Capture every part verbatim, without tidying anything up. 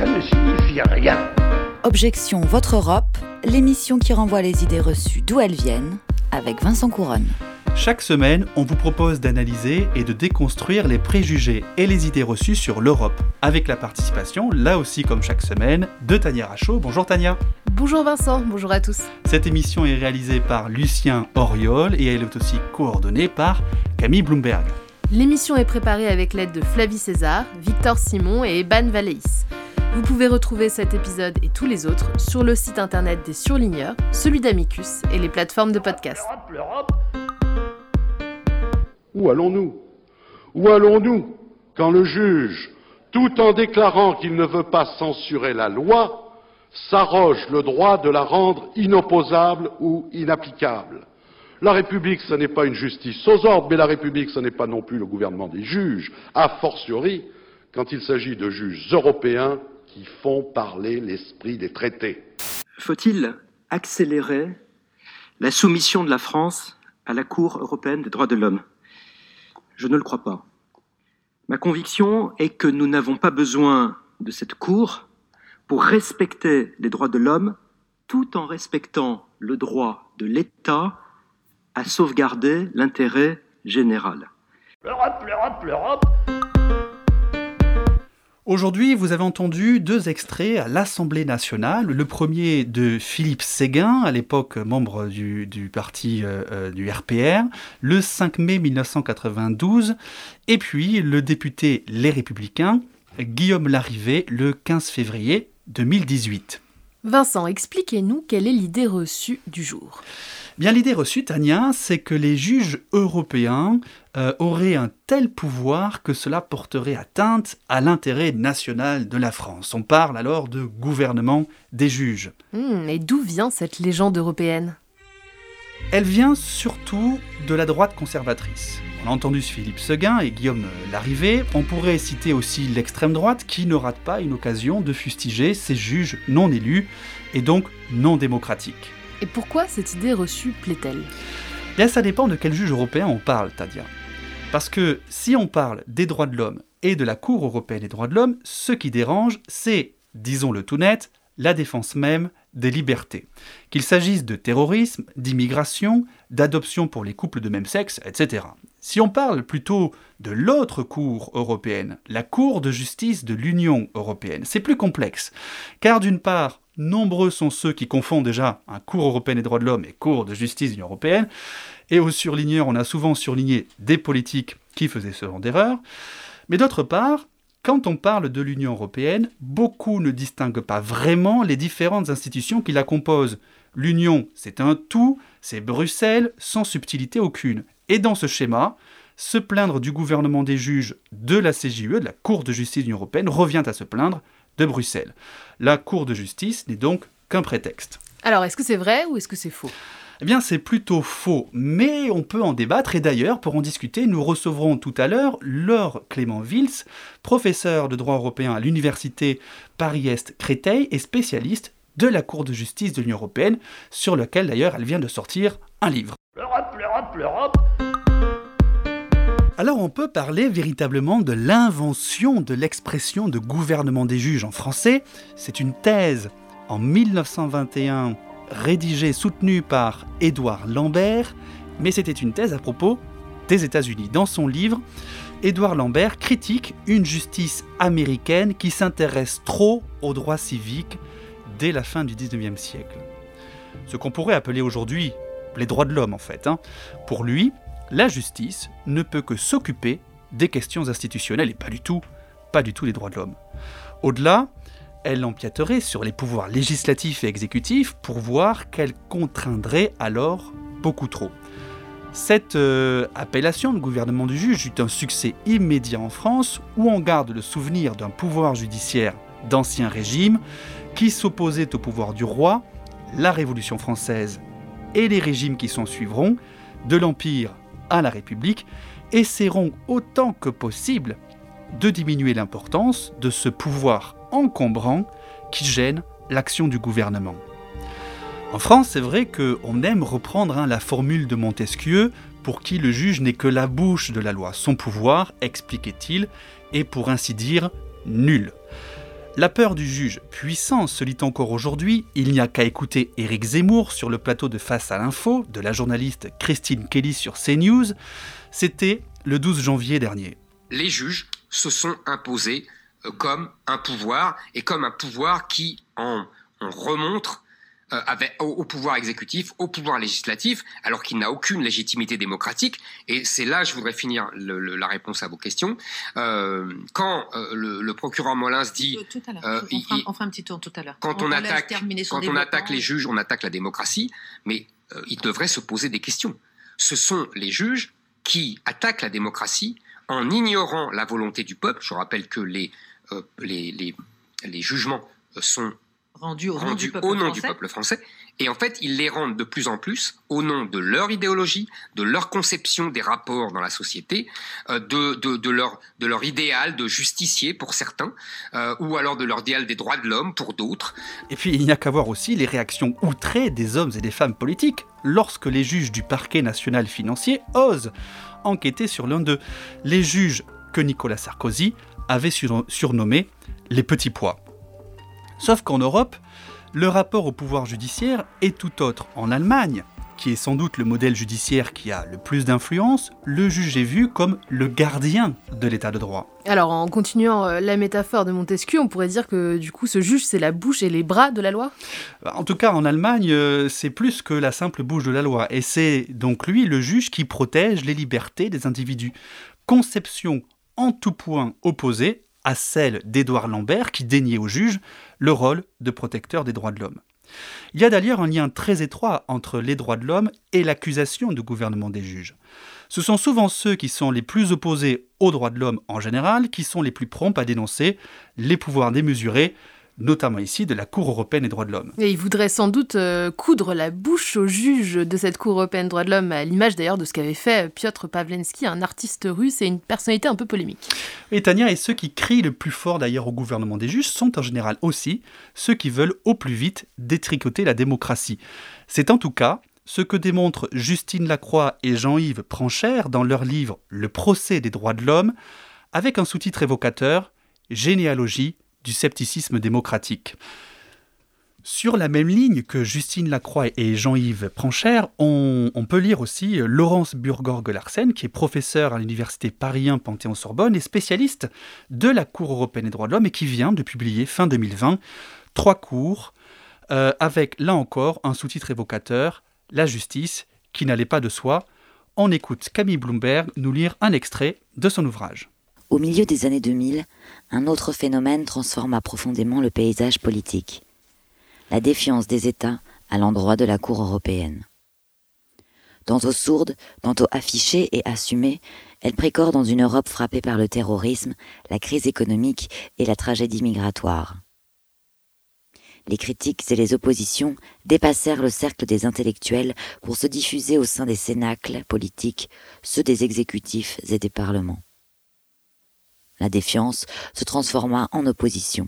ça ne signifie rien. Objection Votre Europe, l'émission qui renvoie les idées reçues d'où elles viennent, avec Vincent Couronne. Chaque semaine, on vous propose d'analyser et de déconstruire les préjugés et les idées reçues sur l'Europe, avec la participation, là aussi comme chaque semaine, de Tania Rachaud. Bonjour Tania. Bonjour Vincent, bonjour à tous. Cette émission est réalisée par Lucien Auriol et elle est aussi coordonnée par Camille Bloomberg. L'émission est préparée avec l'aide de Flavie César, Victor Simon et Eban Valéis. Vous pouvez retrouver cet épisode et tous les autres sur le site internet des Surligneurs, celui d'Amicus et les plateformes de podcast. L'Europe, l'Europe. Où allons-nous ? Où allons-nous quand le juge, tout en déclarant qu'il ne veut pas censurer la loi, s'arroge le droit de la rendre inopposable ou inapplicable ? La République, ce n'est pas une justice aux ordres, mais la République, ce n'est pas non plus le gouvernement des juges, a fortiori quand il s'agit de juges européens qui font parler l'esprit des traités. Faut-il accélérer la soumission de la France à la Cour européenne des droits de l'homme ? Je ne le crois pas. Ma conviction est que nous n'avons pas besoin de cette Cour pour respecter les droits de l'homme tout en respectant le droit de l'État à sauvegarder l'intérêt général. L'Europe, l'Europe, l'Europe. Aujourd'hui, vous avez entendu deux extraits à l'Assemblée nationale. Le premier de Philippe Séguin, à l'époque membre du, du parti euh, du R P R, le cinq mai mille neuf cent quatre-vingt-douze, et puis le député Les Républicains, Guillaume Larrivé, le quinze février deux mille dix-huit. Vincent, expliquez-nous quelle est l'idée reçue du jour. Bien, l'idée reçue, Tania, c'est que les juges européens euh, auraient un tel pouvoir que cela porterait atteinte à l'intérêt national de la France. On parle alors de gouvernement des juges. Mmh, et d'où vient cette légende européenne ? Elle vient surtout de la droite conservatrice. On a entendu Philippe Séguin et Guillaume Larrivé. On pourrait citer aussi l'extrême droite qui ne rate pas une occasion de fustiger ces juges non élus et donc non démocratiques. Et pourquoi cette idée reçue plaît-elle ? Bien, ça dépend de quel juge européen on parle, Tadia. Parce que si on parle des droits de l'homme et de la Cour européenne des droits de l'homme, ce qui dérange, c'est, disons-le tout net, la défense même des libertés. Qu'il s'agisse de terrorisme, d'immigration, d'adoption pour les couples de même sexe, et cetera. Si on parle plutôt de l'autre Cour européenne, la Cour de justice de l'Union européenne, c'est plus complexe. Car d'une part, nombreux sont ceux qui confondent déjà un Cour européenne des droits de l'homme et Cour de justice de l'Union européenne. Et aux surligneurs, on a souvent surligné des politiques qui faisaient ce genre d'erreur. Mais d'autre part, quand on parle de l'Union européenne, beaucoup ne distinguent pas vraiment les différentes institutions qui la composent. L'Union, c'est un tout, c'est Bruxelles, sans subtilité aucune. Et dans ce schéma, se plaindre du gouvernement des juges de la C J U E, de la Cour de justice de l'Union européenne, revient à se plaindre de Bruxelles. La Cour de justice n'est donc qu'un prétexte. Alors, est-ce que c'est vrai ou est-ce que c'est faux ? Eh bien, c'est plutôt faux, mais on peut en débattre, et d'ailleurs, pour en discuter, nous recevrons tout à l'heure Laure Clément-Vils, professeure de droit européen à l'université Paris-Est Créteil et spécialiste de la Cour de justice de l'Union européenne, sur lequel d'ailleurs elle vient de sortir un livre. L'Europe, l'Europe, l'Europe. Alors on peut parler véritablement de l'invention de l'expression de gouvernement des juges en français. C'est une thèse en mille neuf cent vingt et un rédigée, soutenue par Édouard Lambert, mais c'était une thèse à propos des États-Unis. Dans son livre, Édouard Lambert critique une justice américaine qui s'intéresse trop aux droits civiques dès la fin du dix-neuvième siècle. Ce qu'on pourrait appeler aujourd'hui les droits de l'homme en fait. Hein. Pour lui, la justice ne peut que s'occuper des questions institutionnelles et pas du tout, pas du tout des droits de l'homme. Au-delà, elle empiéterait sur les pouvoirs législatifs et exécutifs pour voir qu'elle contraindrait alors beaucoup trop. Cette euh, appellation de gouvernement du juge eut un succès immédiat en France où on garde le souvenir d'un pouvoir judiciaire d'ancien régime qui s'opposait au pouvoir du roi, la Révolution française et les régimes qui s'en suivront, de l'Empire à la République, essaieront autant que possible de diminuer l'importance de ce pouvoir encombrant qui gêne l'action du gouvernement. En France, c'est vrai qu'on aime reprendre hein, la formule de Montesquieu pour qui le juge n'est que la bouche de la loi. Son pouvoir, expliquait-il, est pour ainsi dire nul. La peur du juge puissant se lit encore aujourd'hui. Il n'y a qu'à écouter Éric Zemmour sur le plateau de Face à l'info de la journaliste Christine Kelly sur CNews. C'était le douze janvier dernier. Les juges se sont imposés comme un pouvoir, et comme un pouvoir qui en, en remontre euh, avec, au, au pouvoir exécutif, au pouvoir législatif, alors qu'il n'a aucune légitimité démocratique. Et c'est là, je voudrais finir le, le, la réponse à vos questions. Euh, quand euh, le, le procureur Molins dit... Tout à l'heure, euh, on, fera, on fera un petit tour tout à l'heure. Quand on, on attaque, quand on attaque les juges, on attaque la démocratie, mais euh, il devrait se poser des questions. Ce sont les juges qui attaquent la démocratie en ignorant la volonté du peuple. Je rappelle que les, euh, les, les, les jugements sont rendus au, rendus nom, du peuple, au nom du peuple français. Et en fait, ils les rendent de plus en plus au nom de leur idéologie, de leur conception des rapports dans la société, euh, de, de, de, leur, de leur idéal de justicier pour certains, euh, ou alors de leur idéal des droits de l'homme pour d'autres. Et puis, il n'y a qu'à voir aussi les réactions outrées des hommes et des femmes politiques lorsque les juges du parquet national financier osent enquêter sur l'un d'eux. Les juges que Nicolas Sarkozy avait sur- surnommés les petits pois. Sauf qu'en Europe, le rapport au pouvoir judiciaire est tout autre. En Allemagne, qui est sans doute le modèle judiciaire qui a le plus d'influence, le juge est vu comme le gardien de l'état de droit. Alors, en continuant la métaphore de Montesquieu, on pourrait dire que du coup, ce juge, c'est la bouche et les bras de la loi ? En tout cas, en Allemagne, c'est plus que la simple bouche de la loi. Et c'est donc lui, le juge, qui protège les libertés des individus. Conception en tout point opposée à celle d'Édouard Lambert, qui déniait au juge le rôle de protecteur des droits de l'homme. Il y a d'ailleurs un lien très étroit entre les droits de l'homme et l'accusation de gouvernement des juges. Ce sont souvent ceux qui sont les plus opposés aux droits de l'homme en général qui sont les plus prompts à dénoncer les pouvoirs démesurés, notamment ici de la Cour européenne des droits de l'homme. Et il voudrait sans doute euh, coudre la bouche aux juges de cette Cour européenne des droits de l'homme, à l'image d'ailleurs de ce qu'avait fait Piotr Pawlenski, un artiste russe et une personnalité un peu polémique. Et Tania, et ceux qui crient le plus fort d'ailleurs au gouvernement des juges sont en général aussi ceux qui veulent au plus vite détricoter la démocratie. C'est en tout cas ce que démontrent Justine Lacroix et Jean-Yves Pranchère dans leur livre « Le procès des droits de l'homme » avec un sous-titre évocateur « Généalogie du scepticisme démocratique ». Sur la même ligne que Justine Lacroix et Jean-Yves Pranchère, on, on peut lire aussi Laurence Burgorgue-Larsen, qui est professeure à l'université Paris un Panthéon-Sorbonne et spécialiste de la Cour européenne des droits de l'homme et qui vient de publier fin deux mille vingt trois cours euh, avec, là encore, un sous-titre évocateur « La justice qui n'allait pas de soi ». On écoute Camille Bloomberg nous lire un extrait de son ouvrage. Au milieu des années deux mille, un autre phénomène transforma profondément le paysage politique. La défiance des États à l'endroit de la Cour européenne. Tantôt sourde, tantôt affichée et assumée, elle précore dans une Europe frappée par le terrorisme, la crise économique et la tragédie migratoire. Les critiques et les oppositions dépassèrent le cercle des intellectuels pour se diffuser au sein des cénacles politiques, ceux des exécutifs et des parlements. La défiance se transforma en opposition.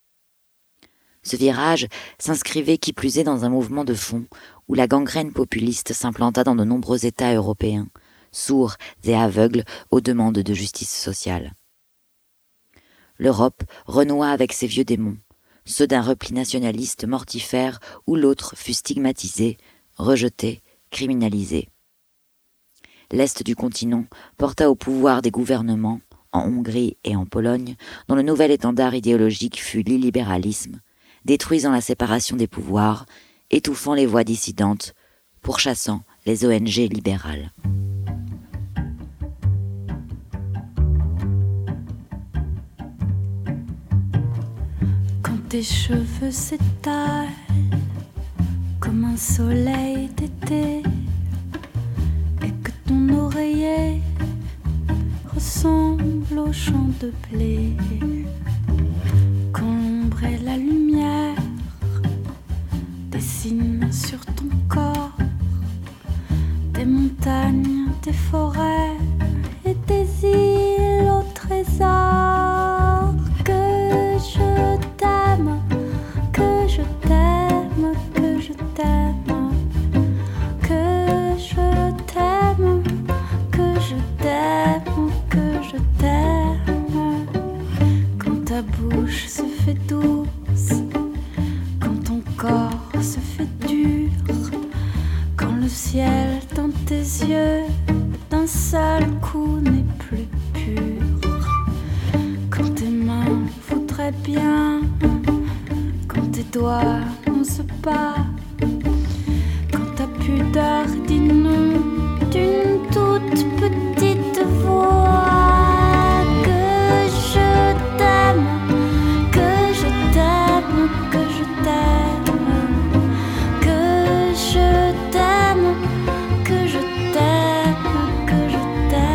Ce virage s'inscrivait qui plus est dans un mouvement de fond où la gangrène populiste s'implanta dans de nombreux États européens, sourds et aveugles aux demandes de justice sociale. L'Europe renoua avec ses vieux démons, ceux d'un repli nationaliste mortifère où l'autre fut stigmatisé, rejeté, criminalisé. L'Est du continent porta au pouvoir des gouvernements, en Hongrie et en Pologne, dont le nouvel étendard idéologique fut l'illibéralisme, détruisant la séparation des pouvoirs, étouffant les voix dissidentes, pourchassant les O N G libérales. Quand tes cheveux s'étalent comme un soleil d'été et que ton oreiller ressemble au champ de blé, quand l'ombre et la lumière dessinent sur ton corps des montagnes, des forêts et des îles au trésor. Que je t'aime, que je t'aime, que je t'aime, que je t'aime, que je t'aime, que je t'aime. Quand ta bouche bouche se fait douce, quand ton corps se fait dur, quand le ciel dans tes yeux d'un seul coup n'est plus pur, quand tes mains voudraient bien, quand tes doigts n'osent pas, quand ta pudeur dit non d'une toute petite voix. Que je t'aime, que je t'aime, que je t'aime, que je t'aime, que je t'aime, que je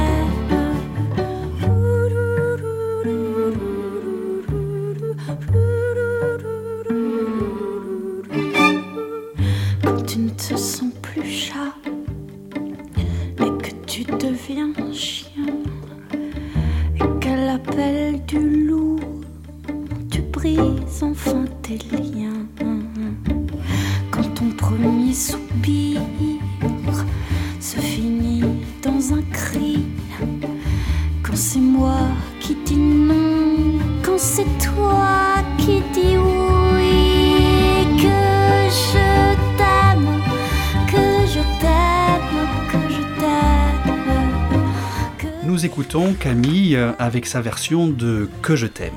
t'aime. Quand tu ne te sens plus chat, mais que tu deviens chien, et qu'à l'appel du loup, tu brises enfin tes liens. Quand ton premier soupir se finit dans un cri, quand c'est moi qui dis non, quand c'est toi qui dis oui, que je t'aime, que je t'aime, que je t'aime. Que Nous écoutons Camille avec sa version de Que je t'aime.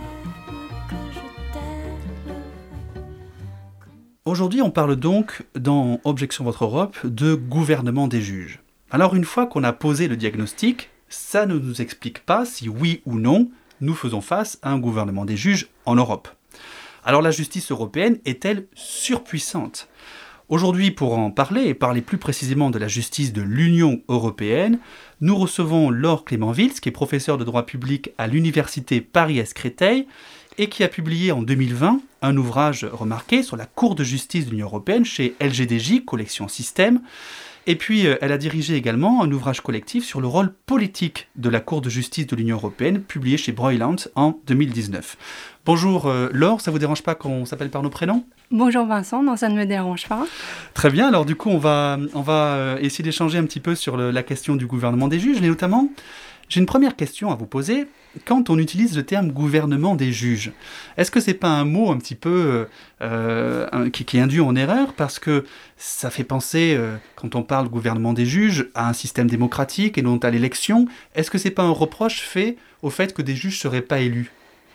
Aujourd'hui, on parle donc, dans Objection Votre Europe, de gouvernement des juges. Alors, une fois qu'on a posé le diagnostic, ça ne nous explique pas si oui ou non nous faisons face à un gouvernement des juges en Europe. Alors, la justice européenne est-elle surpuissante ? Aujourd'hui, pour en parler, et parler plus précisément de la justice de l'Union européenne, nous recevons Laure Clément-Vils, qui est professeur de droit public à l'université Paris-Est-Créteil, et qui a publié en deux mille vingt un ouvrage remarqué sur la Cour de justice de l'Union européenne chez L G D J, collection Système. Et puis, elle a dirigé également un ouvrage collectif sur le rôle politique de la Cour de justice de l'Union européenne, publié chez Breuilant en deux mille dix-neuf. Bonjour euh, Laure, ça vous dérange pas qu'on s'appelle par nos prénoms ? Bonjour Vincent, non, ça ne me dérange pas. Très bien, alors du coup, on va, on va euh, essayer d'échanger un petit peu sur le, la question du gouvernement des juges, et notamment, j'ai une première question à vous poser. Quand on utilise le terme gouvernement des juges, est-ce que c'est pas un mot un petit peu euh, un, qui, qui induit en erreur parce que ça fait penser, euh, quand on parle gouvernement des juges, à un système démocratique et donc à l'élection. Est-ce que c'est pas un reproche fait au fait que des juges seraient pas élus ?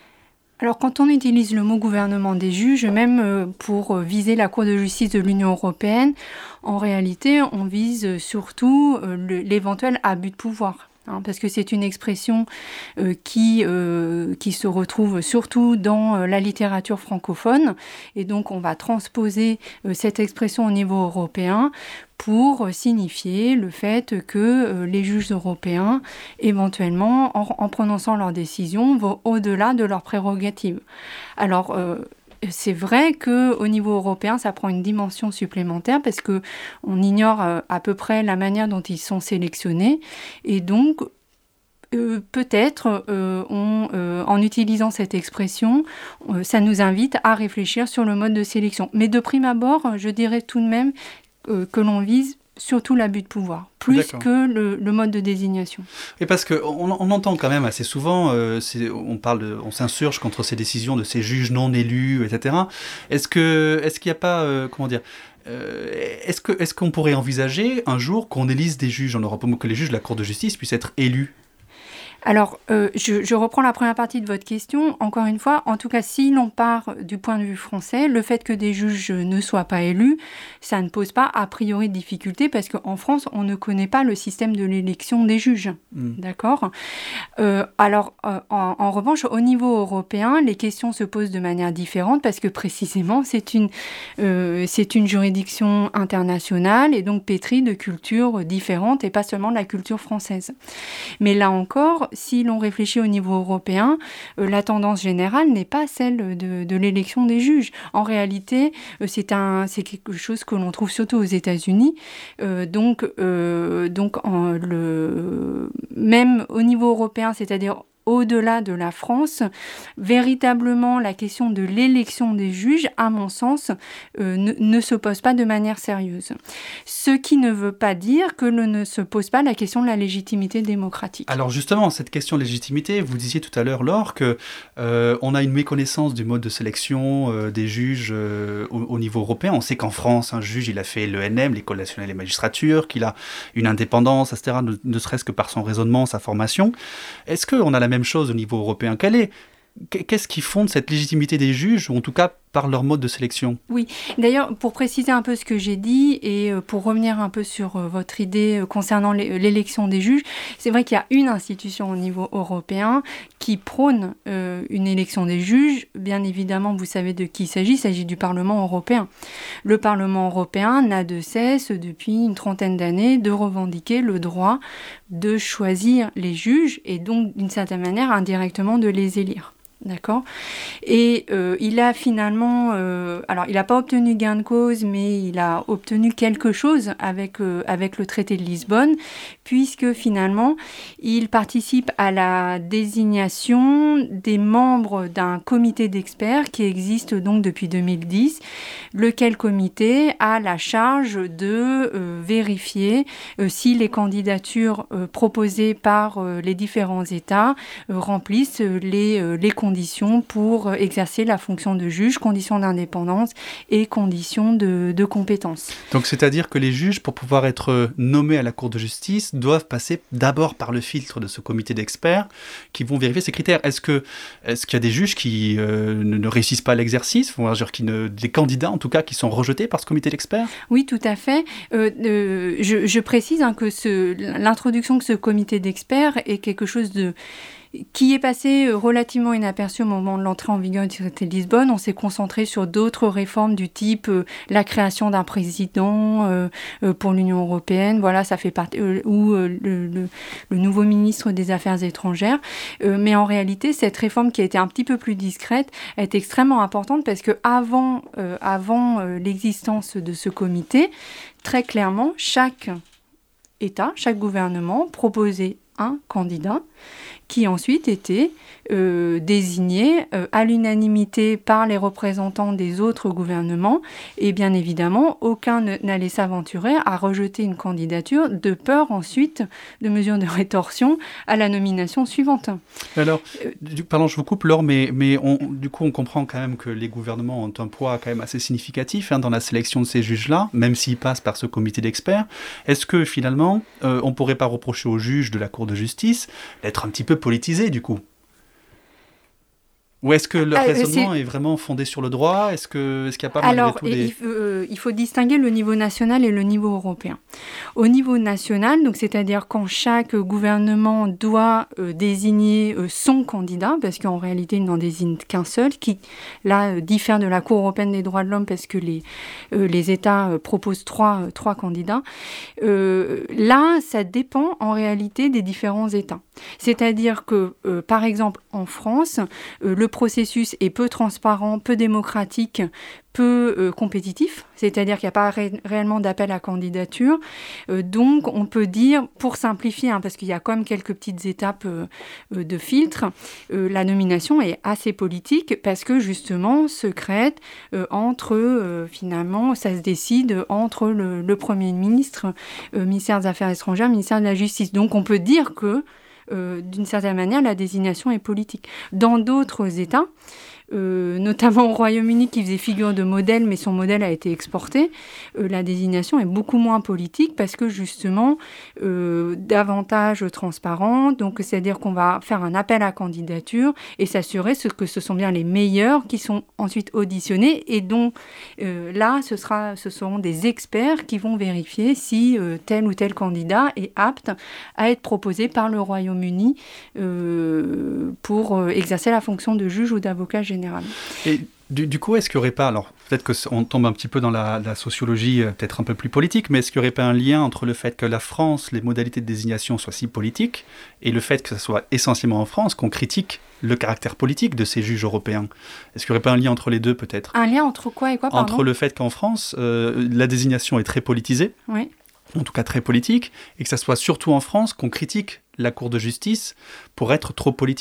Alors quand on utilise le mot gouvernement des juges, même pour viser la Cour de justice de l'Union européenne, en réalité on vise surtout l'éventuel abus de pouvoir. Hein, parce que c'est une expression euh, qui, euh, qui se retrouve surtout dans euh, la littérature francophone. Et donc, on va transposer euh, cette expression au niveau européen pour euh, signifier le fait que euh, les juges européens, éventuellement, en, en prononçant leurs décisions, vont au-delà de leurs prérogatives. Alors, euh, c'est vrai qu'au niveau européen, ça prend une dimension supplémentaire parce qu'on ignore à peu près la manière dont ils sont sélectionnés. Et donc, euh, peut-être, euh, on, euh, en utilisant cette expression, euh, ça nous invite à réfléchir sur le mode de sélection. Mais de prime abord, je dirais tout de même euh, que l'on vise surtout l'abus de pouvoir, plus D'accord. que le, le mode de désignation. Et parce qu'on on entend quand même assez souvent, euh, on, parle de, on s'insurge contre ces décisions de ces juges non élus, et cetera. Est-ce que, est-ce qu'il n'y a pas, euh, comment dire, euh, est-ce que, est-ce qu'on pourrait envisager un jour qu'on élise des juges en Europe, que les juges de la Cour de justice puissent être élus ? Alors, euh, je, je reprends la première partie de votre question. Encore une fois, en tout cas, si l'on part du point de vue français, le fait que des juges ne soient pas élus, ça ne pose pas a priori de difficulté parce qu'en France, on ne connaît pas le système de l'élection des juges. Mmh. D'accord ? euh, Alors, euh, en, en revanche, au niveau européen, les questions se posent de manière différente parce que précisément, c'est une, euh, c'est une juridiction internationale et donc pétrie de cultures différentes et pas seulement de la culture française. Mais là encore, si l'on réfléchit au niveau européen, euh, la tendance générale n'est pas celle de, de l'élection des juges. En réalité, euh, c'est, un, c'est quelque chose que l'on trouve surtout aux États-Unis. Euh, donc, euh, donc en, le, même au niveau européen, c'est-à-dire au-delà de la France, véritablement la question de l'élection des juges, à mon sens, euh, ne, ne se pose pas de manière sérieuse. Ce qui ne veut pas dire que le, ne se pose pas la question de la légitimité démocratique. Alors justement, cette question de légitimité, vous disiez tout à l'heure, Laure, qu'on euh, a une méconnaissance du mode de sélection euh, des juges euh, au, au niveau européen. On sait qu'en France, un juge, il a fait l'E N M, l'École nationale des magistratures, qu'il a une indépendance, et cetera, ne, ne serait-ce que par son raisonnement, sa formation. Est-ce qu'on a la même chose au niveau européen ? Quelle est, qu'est-ce qui fonde cette légitimité des juges, ou en tout cas par leur mode de sélection ? Oui, d'ailleurs, pour préciser un peu ce que j'ai dit et pour revenir un peu sur votre idée concernant l'élection des juges, c'est vrai qu'il y a une institution au niveau européen qui prône euh, une élection des juges. Bien évidemment, vous savez de qui il s'agit, il s'agit du Parlement européen. Le Parlement européen n'a de cesse, depuis une trentaine d'années, de revendiquer le droit de choisir les juges et donc, d'une certaine manière, indirectement de les élire. D'accord. Et euh, il a finalement, euh, alors il n'a pas obtenu gain de cause, mais il a obtenu quelque chose avec euh, avec le traité de Lisbonne, puisque finalement il participe à la désignation des membres d'un comité d'experts qui existe donc depuis deux mille dix, lequel comité a la charge de euh, vérifier euh, si les candidatures euh, proposées par euh, les différents États euh, remplissent les euh, les conditions conditions pour exercer la fonction de juge, conditions d'indépendance et conditions de, de compétence. Donc c'est-à-dire que les juges, pour pouvoir être nommés à la Cour de justice, doivent passer d'abord par le filtre de ce comité d'experts qui vont vérifier ces critères. Est-ce que, est-ce qu'il y a des juges qui euh, ne, ne réussissent pas l'exercice, qui ne, des candidats en tout cas qui sont rejetés par ce comité d'experts ? Oui, tout à fait. Euh, euh, je, je précise hein, que ce, l'introduction de ce comité d'experts est quelque chose de qui est passé relativement inaperçu au moment de l'entrée en vigueur du traité de Lisbonne. On s'est concentré sur d'autres réformes du type euh, la création d'un président euh, euh, pour l'Union européenne, voilà, ça fait partie, euh, ou euh, le, le, le nouveau ministre des Affaires étrangères. Euh, mais en réalité, cette réforme qui a été un petit peu plus discrète est extrêmement importante parce que avant, euh, avant euh, l'existence de ce comité, très clairement, chaque État, chaque gouvernement proposait un candidat qui ensuite était euh, désigné euh, à l'unanimité par les représentants des autres gouvernements. Et bien évidemment, aucun n'allait s'aventurer à rejeter une candidature de peur ensuite de mesures de rétorsion à la nomination suivante. Alors, du, pardon, je vous coupe, Laure, mais, mais on, du coup, on comprend quand même que les gouvernements ont un poids quand même assez significatif hein, dans la sélection de ces juges-là, même s'ils passent par ce comité d'experts. Est-ce que finalement, euh, on ne pourrait pas reprocher aux juges de la Cour de justice d'être un petit peu politisés, du coup ? Ou est-ce que le ah, raisonnement c'est... est vraiment fondé sur le droit ? Est-ce, que, est-ce qu'il n'y a pas Alors, malgré tout des... il, faut, euh, il faut distinguer le niveau national et le niveau européen. Au niveau national, donc c'est-à-dire quand chaque gouvernement doit euh, désigner euh, son candidat, parce qu'en réalité, il n'en désigne qu'un seul, qui là euh, diffère de la Cour européenne des droits de l'homme, parce que les, euh, les États euh, proposent trois, euh, trois candidats. Euh, là, ça dépend en réalité des différents États. C'est-à-dire que, euh, par exemple, en France, euh, le processus est peu transparent, peu démocratique, peu euh, compétitif, c'est-à-dire qu'il n'y a pas ré- réellement d'appel à candidature. Euh, donc, on peut dire, pour simplifier, hein, parce qu'il y a quand même quelques petites étapes euh, euh, de filtre, euh, la nomination est assez politique parce que, justement, secrète euh, entre, euh, finalement, ça se décide entre le, le Premier ministre, euh, ministère des Affaires étrangères, ministère de la Justice. Donc, on peut dire que Euh, d'une certaine manière, la désignation est politique. Dans d'autres États, euh, notamment au Royaume-Uni qui faisait figure de modèle, mais son modèle a été exporté, euh, la désignation est beaucoup moins politique parce que justement, euh, davantage transparent, donc c'est-à-dire qu'on va faire un appel à candidature et s'assurer que ce sont bien les meilleurs qui sont ensuite auditionnés et dont euh, là, ce, sera, ce seront des experts qui vont vérifier si euh, tel ou tel candidat est apte à être proposé par le Royaume-Uni euh, pour euh, exercer la fonction de juge ou d'avocat général. Et du, du coup, est-ce qu'il n'y aurait pas, alors peut-être qu'on tombe un petit peu dans la, la sociologie euh, peut-être un peu plus politique, mais est-ce qu'il n'y aurait pas un lien entre le fait que la France, les modalités de désignation soient si politiques, et le fait que ce soit essentiellement en France qu'on critique le caractère politique de ces juges européens ? Est-ce qu'il n'y aurait pas un lien entre les deux peut-être ? Un lien entre quoi et quoi, pardon ? Entre le fait qu'en France, euh, la désignation est très politisée, oui. en tout cas très politique, et que ça soit surtout en France qu'on critique la Cour de justice pour être trop politique ?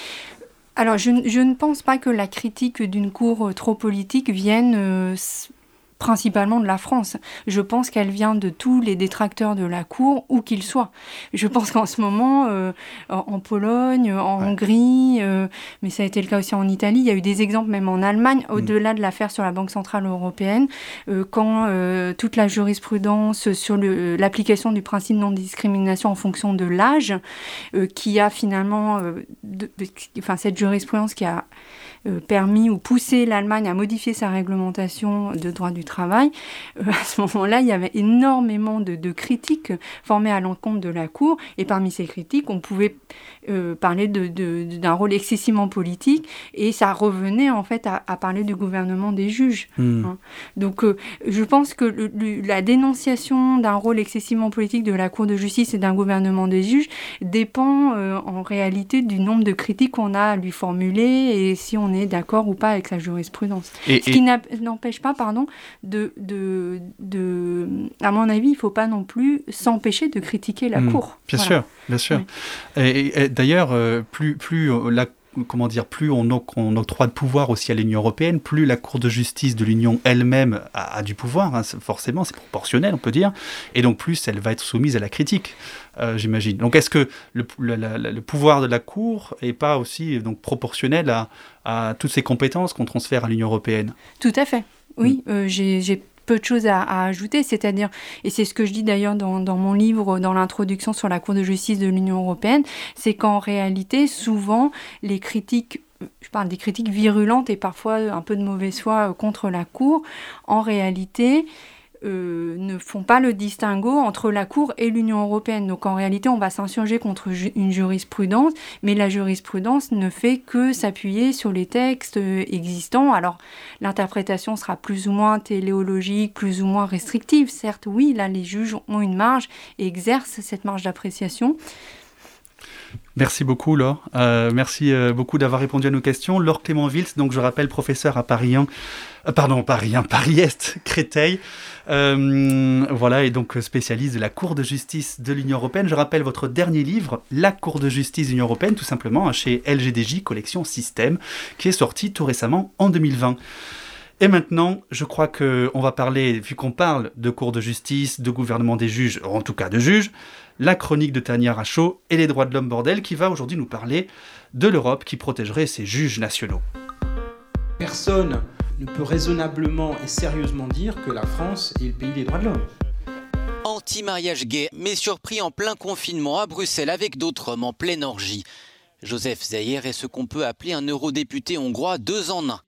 Alors, je, je ne pense pas que la critique d'une Cour trop politique vienne euh, principalement de la France. Je pense qu'elle vient de tous les détracteurs de la Cour, où qu'ils soient. Je pense qu'en ce moment, euh, en Pologne, en ouais. Hongrie, euh, mais ça a été le cas aussi en Italie, il y a eu des exemples même en Allemagne, au-delà de l'affaire sur la Banque Centrale Européenne, euh, quand euh, toute la jurisprudence sur le, l'application du principe de non-discrimination en fonction de l'âge, euh, qui a finalement, euh, de, de, enfin cette jurisprudence qui a euh, permis ou poussé l'Allemagne à modifier sa réglementation de droit du travail, euh, à ce moment-là, il y avait énormément de, de critiques formées à l'encontre de la Cour, et parmi ces critiques, on pouvait euh, parler de, de, d'un rôle excessivement politique, et ça revenait en fait à, à parler du gouvernement des juges. Mmh. Hein. Donc, euh, je pense que le, le, la dénonciation d'un rôle excessivement politique de la Cour de justice et d'un gouvernement des juges dépend euh, en réalité du nombre de critiques qu'on a à lui formuler, et si on est d'accord ou pas avec sa jurisprudence. Et, Ce qui et... n'empêche pas, pardon, De, de, de, à mon avis, il ne faut pas non plus s'empêcher de critiquer la mmh, Cour. Bien voilà. sûr, bien sûr. Oui. Et, et d'ailleurs, euh, plus, plus la comment dire, plus on, on octroie de pouvoir aussi à l'Union européenne, plus la Cour de justice de l'Union elle-même a, a du pouvoir, hein, forcément, c'est proportionnel, on peut dire, et donc plus elle va être soumise à la critique, euh, j'imagine. Donc est-ce que le, le, le, le pouvoir de la Cour n'est pas aussi donc, proportionnel à, à toutes ces compétences qu'on transfère à l'Union européenne ? Tout à fait, oui. Mmh. Euh, j'ai... j'ai... peu de choses à, à ajouter, c'est-à-dire, et c'est ce que je dis d'ailleurs dans, dans mon livre, dans l'introduction sur la Cour de justice de l'Union européenne, c'est qu'en réalité, souvent, les critiques, je parle des critiques virulentes et parfois un peu de mauvaise foi contre la Cour, en réalité, Euh, ne font pas le distinguo entre la Cour et l'Union européenne. Donc en réalité, on va s'insurger contre ju- une jurisprudence, mais la jurisprudence ne fait que s'appuyer sur les textes euh, existants. Alors l'interprétation sera plus ou moins téléologique, plus ou moins restrictive. Certes, oui, là les juges ont une marge et exercent cette marge d'appréciation. Merci beaucoup, Laure. Euh, merci euh, beaucoup d'avoir répondu à nos questions. Laure Clément-Wiltz, donc je rappelle, professeur à Paris un, euh, pardon, Paris un, Paris-Est, Créteil. Euh, voilà, et donc spécialiste de la Cour de justice de l'Union européenne. Je rappelle votre dernier livre, La Cour de justice de l'Union européenne, tout simplement, hein, chez L G D J, collection Système, qui est sorti tout récemment en deux mille vingt. Et maintenant, je crois qu'on va parler, vu qu'on parle de Cour de justice, de gouvernement des juges, en tout cas de juges, la chronique de Tania Rachaud et les droits de l'homme bordel, qui va aujourd'hui nous parler de l'Europe qui protégerait ses juges nationaux. Personne ne peut raisonnablement et sérieusement dire que la France est le pays des droits de l'homme. Anti-mariage gay, mais surpris en plein confinement à Bruxelles avec d'autres hommes en pleine orgie. Joseph Zayer est ce qu'on peut appeler un eurodéputé hongrois deux en un.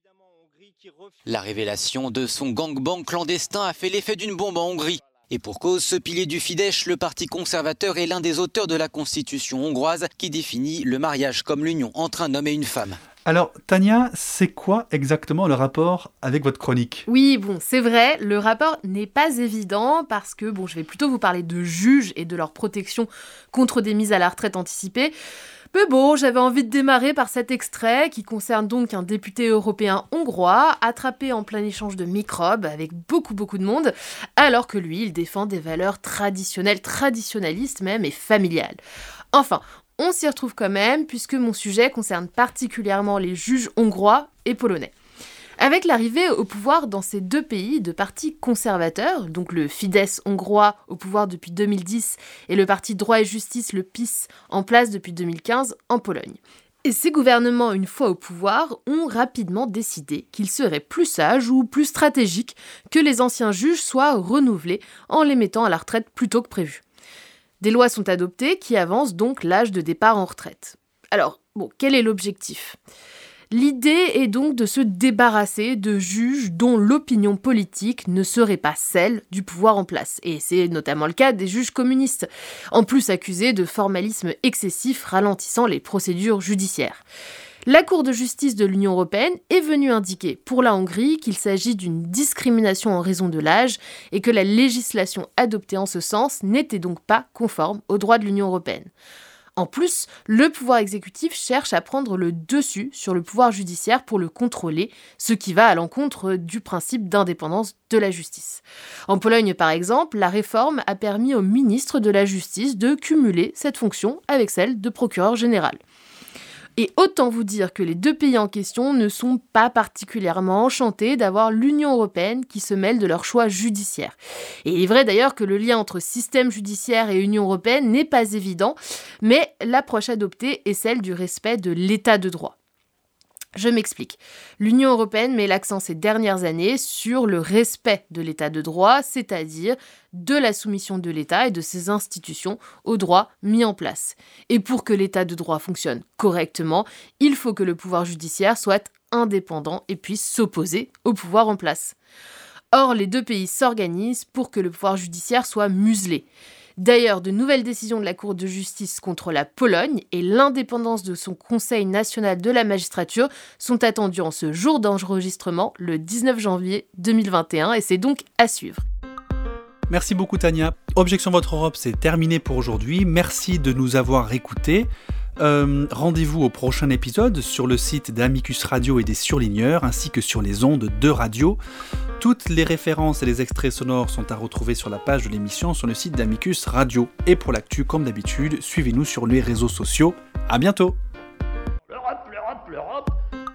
La révélation de son gangbang clandestin a fait l'effet d'une bombe en Hongrie. Et pour cause, ce pilier du Fidesz, le parti conservateur, est l'un des auteurs de la constitution hongroise qui définit le mariage comme l'union entre un homme et une femme. Alors, Tania, c'est quoi exactement le rapport avec votre chronique ? Oui, bon, c'est vrai, le rapport n'est pas évident parce que, bon, je vais plutôt vous parler de juges et de leur protection contre des mises à la retraite anticipées. Mais bon, j'avais envie de démarrer par cet extrait qui concerne donc un député européen hongrois attrapé en plein échange de microbes avec beaucoup beaucoup de monde, alors que lui, il défend des valeurs traditionnelles, traditionnalistes même et familiales. Enfin, on s'y retrouve quand même puisque mon sujet concerne particulièrement les juges hongrois et polonais. Avec l'arrivée au pouvoir dans ces deux pays de partis conservateurs, donc le Fidesz hongrois au pouvoir depuis deux mille dix et le parti Droit et Justice, le P I S, en place depuis deux mille quinze en Pologne. Et ces gouvernements, une fois au pouvoir, ont rapidement décidé qu'il serait plus sage ou plus stratégique que les anciens juges soient renouvelés en les mettant à la retraite plus tôt que prévu. Des lois sont adoptées qui avancent donc l'âge de départ en retraite. Alors, bon, quel est l'objectif ? L'idée est donc de se débarrasser de juges dont l'opinion politique ne serait pas celle du pouvoir en place. Et c'est notamment le cas des juges communistes, en plus accusés de formalisme excessif ralentissant les procédures judiciaires. La Cour de justice de l'Union européenne est venue indiquer pour la Hongrie qu'il s'agit d'une discrimination en raison de l'âge et que la législation adoptée en ce sens n'était donc pas conforme aux droits de l'Union européenne. En plus, le pouvoir exécutif cherche à prendre le dessus sur le pouvoir judiciaire pour le contrôler, ce qui va à l'encontre du principe d'indépendance de la justice. En Pologne, par exemple, la réforme a permis au ministre de la Justice de cumuler cette fonction avec celle de procureur général. Et autant vous dire que les deux pays en question ne sont pas particulièrement enchantés d'avoir l'Union européenne qui se mêle de leur choix judiciaire. Et il est vrai d'ailleurs que le lien entre système judiciaire et Union européenne n'est pas évident, mais l'approche adoptée est celle du respect de l'état de droit. Je m'explique. L'Union européenne met l'accent ces dernières années sur le respect de l'état de droit, c'est-à-dire de la soumission de l'État et de ses institutions aux droits mis en place. Et pour que l'état de droit fonctionne correctement, il faut que le pouvoir judiciaire soit indépendant et puisse s'opposer au pouvoir en place. Or, les deux pays s'organisent pour que le pouvoir judiciaire soit muselé. D'ailleurs, de nouvelles décisions de la Cour de justice contre la Pologne et l'indépendance de son Conseil national de la magistrature sont attendues en ce jour d'enregistrement, le dix-neuf janvier deux mille vingt et un, et c'est donc à suivre. Merci beaucoup Tania. Objection Votre Europe, c'est terminé pour aujourd'hui. Merci de nous avoir écoutés. Euh, rendez-vous au prochain épisode sur le site d'Amicus Radio et des Surligneurs, ainsi que sur les ondes de radio. Toutes les références et les extraits sonores sont à retrouver sur la page de l'émission sur le site d'Amicus Radio. Et pour l'actu, comme d'habitude, suivez-nous sur les réseaux sociaux. À bientôt. L'Europe, l'Europe, l'Europe,